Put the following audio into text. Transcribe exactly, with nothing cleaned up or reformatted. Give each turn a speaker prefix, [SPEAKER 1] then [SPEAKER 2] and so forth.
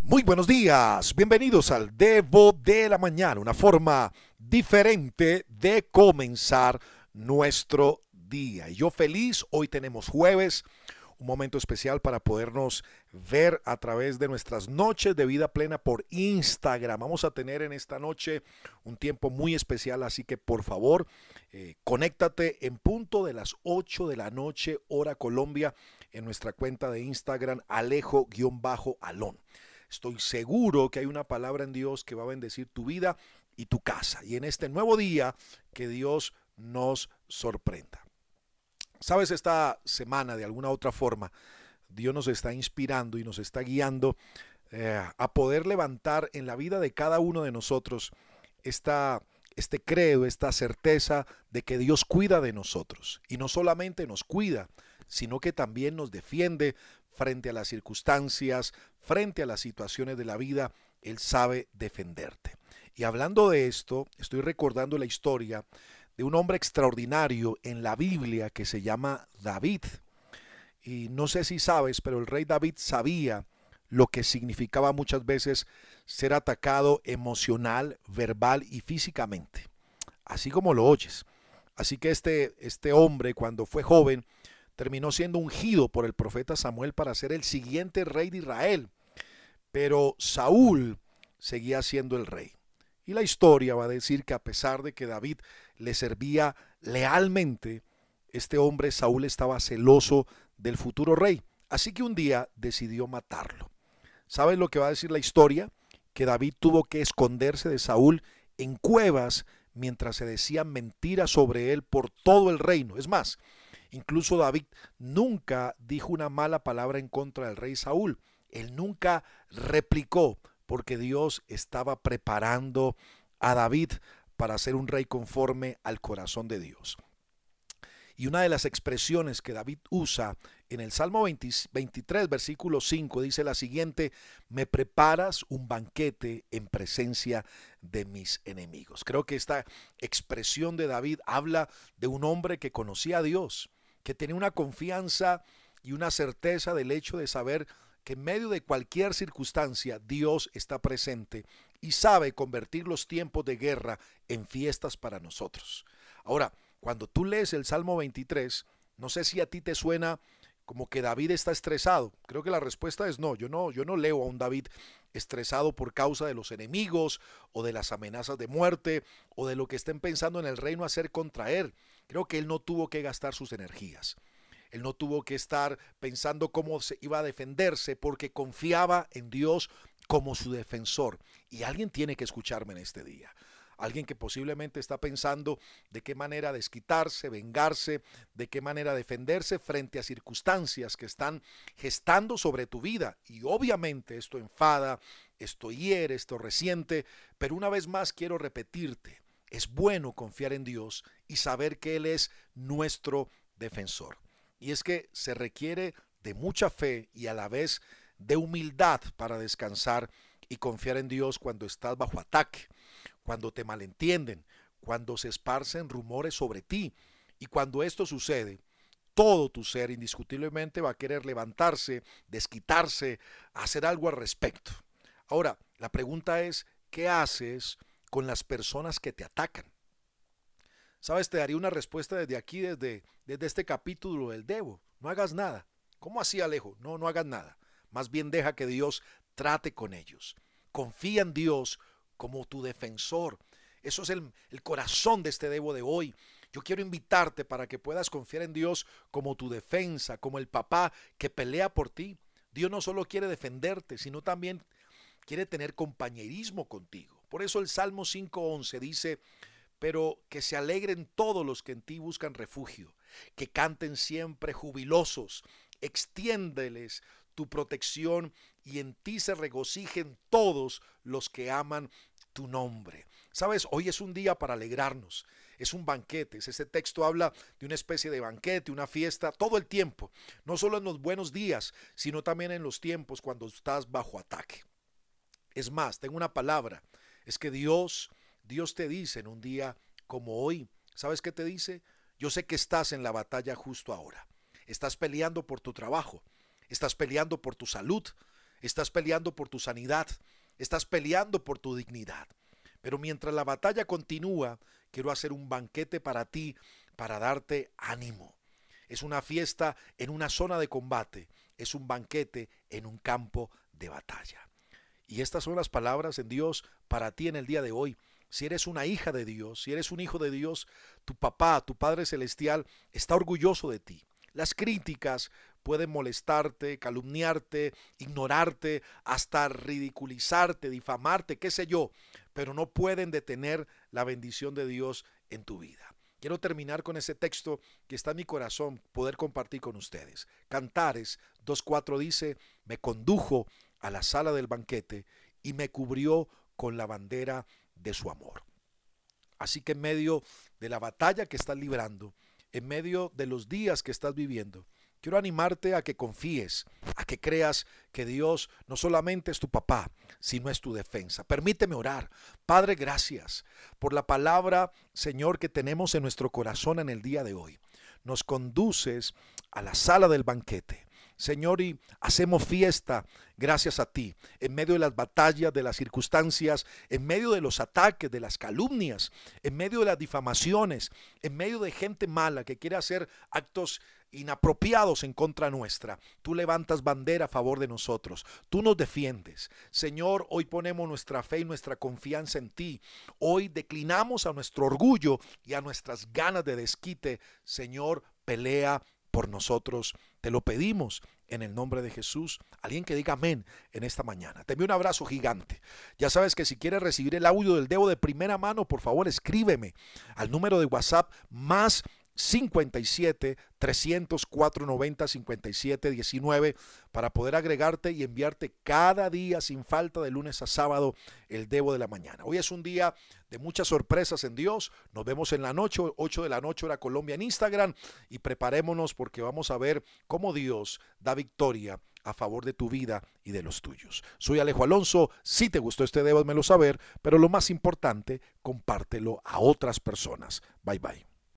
[SPEAKER 1] Muy buenos días, bienvenidos al Devo de la Mañana, una forma diferente de comenzar nuestro día. Y yo feliz, hoy tenemos jueves, un momento especial para podernos ver a través de nuestras noches de vida plena por Instagram. Vamos a tener en esta noche un tiempo muy especial, así que por favor, eh, conéctate en punto de las ocho de la noche, hora Colombia, en nuestra cuenta de Instagram, Alejo-Alón. Estoy seguro que hay una palabra en Dios que va a bendecir tu vida y tu casa. Y en este nuevo día, que Dios nos sorprenda. Sabes, esta semana, de alguna otra forma, Dios nos está inspirando y nos está guiando eh, a poder levantar en la vida de cada uno de nosotros esta, este credo, esta certeza de que Dios cuida de nosotros. Y no solamente nos cuida, sino que también nos defiende frente a las circunstancias, frente a las situaciones de la vida. Él sabe defenderte. Y hablando de esto, estoy recordando la historia de un hombre extraordinario en la Biblia que se llama David. Y no sé si sabes, pero el rey David sabía lo que significaba muchas veces ser atacado emocional, verbal y físicamente, así como lo oyes. Así que este, este hombre, cuando fue joven, terminó siendo ungido por el profeta Samuel para ser el siguiente rey de Israel. Pero Saúl seguía siendo el rey. Y la historia va a decir que a pesar de que David le servía lealmente, este hombre Saúl estaba celoso del futuro rey. Así que un día decidió matarlo. ¿Sabes lo que va a decir la historia? Que David tuvo que esconderse de Saúl en cuevas mientras se decían mentiras sobre él por todo el reino. Es más, incluso David nunca dijo una mala palabra en contra del rey Saúl. Él nunca replicó, porque Dios estaba preparando a David para ser un rey conforme al corazón de Dios. Y una de las expresiones que David usa en el Salmo veintitrés, versículo cinco, dice la siguiente: me preparas un banquete en presencia de mis enemigos. Creo que esta expresión de David habla de un hombre que conocía a Dios, que tenía una confianza y una certeza del hecho de saber que en medio de cualquier circunstancia Dios está presente y sabe convertir los tiempos de guerra en fiestas para nosotros. Ahora, cuando tú lees el Salmo veintitrés, no sé si a ti te suena como que David está estresado. Creo que la respuesta es no. Yo no, yo no leo a un David estresado por causa de los enemigos o de las amenazas de muerte o de lo que estén pensando en el reino hacer contra él. Creo que él no tuvo que gastar sus energías. Él no tuvo que estar pensando cómo se iba a defenderse, porque confiaba en Dios como su defensor. Y alguien tiene que escucharme en este día. Alguien que posiblemente está pensando de qué manera desquitarse, vengarse, de qué manera defenderse frente a circunstancias que están gestando sobre tu vida. Y obviamente esto enfada, esto hiere, esto resiente, pero una vez más quiero repetirte, es bueno confiar en Dios y saber que Él es nuestro defensor. Y es que se requiere de mucha fe y a la vez de humildad para descansar y confiar en Dios cuando estás bajo ataque, cuando te malentienden, cuando se esparcen rumores sobre ti. Y cuando esto sucede, todo tu ser indiscutiblemente va a querer levantarse, desquitarse, hacer algo al respecto. Ahora, la pregunta es, ¿qué haces con las personas que te atacan? Sabes, te daría una respuesta desde aquí, desde, desde este capítulo del Devo. No hagas nada. ¿Cómo así, Alejo? No, no hagas nada. Más bien deja que Dios trate con ellos. Confía en Dios como tu defensor. Eso es el, el corazón de este Devo de hoy. Yo quiero invitarte para que puedas confiar en Dios como tu defensa, como el papá que pelea por ti. Dios no solo quiere defenderte, sino también quiere tener compañerismo contigo. Por eso el Salmo cinco once dice: pero que se alegren todos los que en ti buscan refugio, que canten siempre jubilosos, extiéndeles tu protección y en ti se regocijen todos los que aman tu nombre. Sabes, hoy es un día para alegrarnos, es un banquete. Ese texto habla de una especie de banquete, una fiesta, todo el tiempo, no solo en los buenos días, sino también en los tiempos cuando estás bajo ataque. Es más, tengo una palabra, es que Dios Dios te dice en un día como hoy, ¿sabes qué te dice? Yo sé que estás en la batalla justo ahora. Estás peleando por tu trabajo, estás peleando por tu salud, estás peleando por tu sanidad, estás peleando por tu dignidad. Pero mientras la batalla continúa, quiero hacer un banquete para ti, para darte ánimo. Es una fiesta en una zona de combate, es un banquete en un campo de batalla. Y estas son las palabras en Dios para ti en el día de hoy. Si eres una hija de Dios, si eres un hijo de Dios, tu papá, tu Padre Celestial está orgulloso de ti. Las críticas pueden molestarte, calumniarte, ignorarte, hasta ridiculizarte, difamarte, qué sé yo, pero no pueden detener la bendición de Dios en tu vida. Quiero terminar con ese texto que está en mi corazón, poder compartir con ustedes. Cantares dos cuatro dice, me condujo a la sala del banquete y me cubrió con la bandera de su amor. Así que en medio de la batalla que estás librando, en medio de los días que estás viviendo, quiero animarte a que confíes, a que creas que Dios no solamente es tu papá, sino es tu defensa. Permíteme orar. Padre, gracias por la palabra, Señor, que tenemos en nuestro corazón en el día de hoy. Nos conduces a la sala del banquete, Señor, y hacemos fiesta gracias a ti, en medio de las batallas, de las circunstancias, en medio de los ataques, de las calumnias, en medio de las difamaciones, en medio de gente mala que quiere hacer actos inapropiados en contra nuestra. Tú levantas bandera a favor de nosotros, tú nos defiendes. Señor, hoy ponemos nuestra fe y nuestra confianza en ti. Hoy declinamos a nuestro orgullo y a nuestras ganas de desquite. Señor, pelea por nosotros, te lo pedimos en el nombre de Jesús. Alguien que diga amén en esta mañana. Te envío un abrazo gigante. Ya sabes que si quieres recibir el audio del Devo de primera mano, por favor escríbeme al número de WhatsApp más cincuenta y siete, trescientos, cuatrocientos noventa, cincuenta y siete, diecinueve para poder agregarte y enviarte cada día sin falta de lunes a sábado el Devo de la mañana. Hoy es un día de muchas sorpresas en Dios. Nos vemos en la noche, ocho de la noche hora Colombia en Instagram, y preparémonos porque vamos a ver cómo Dios da victoria a favor de tu vida y de los tuyos. Soy Alejo Alonso. Si te gustó este Devo, házmelo saber, pero lo más importante, compártelo a otras personas. Bye bye.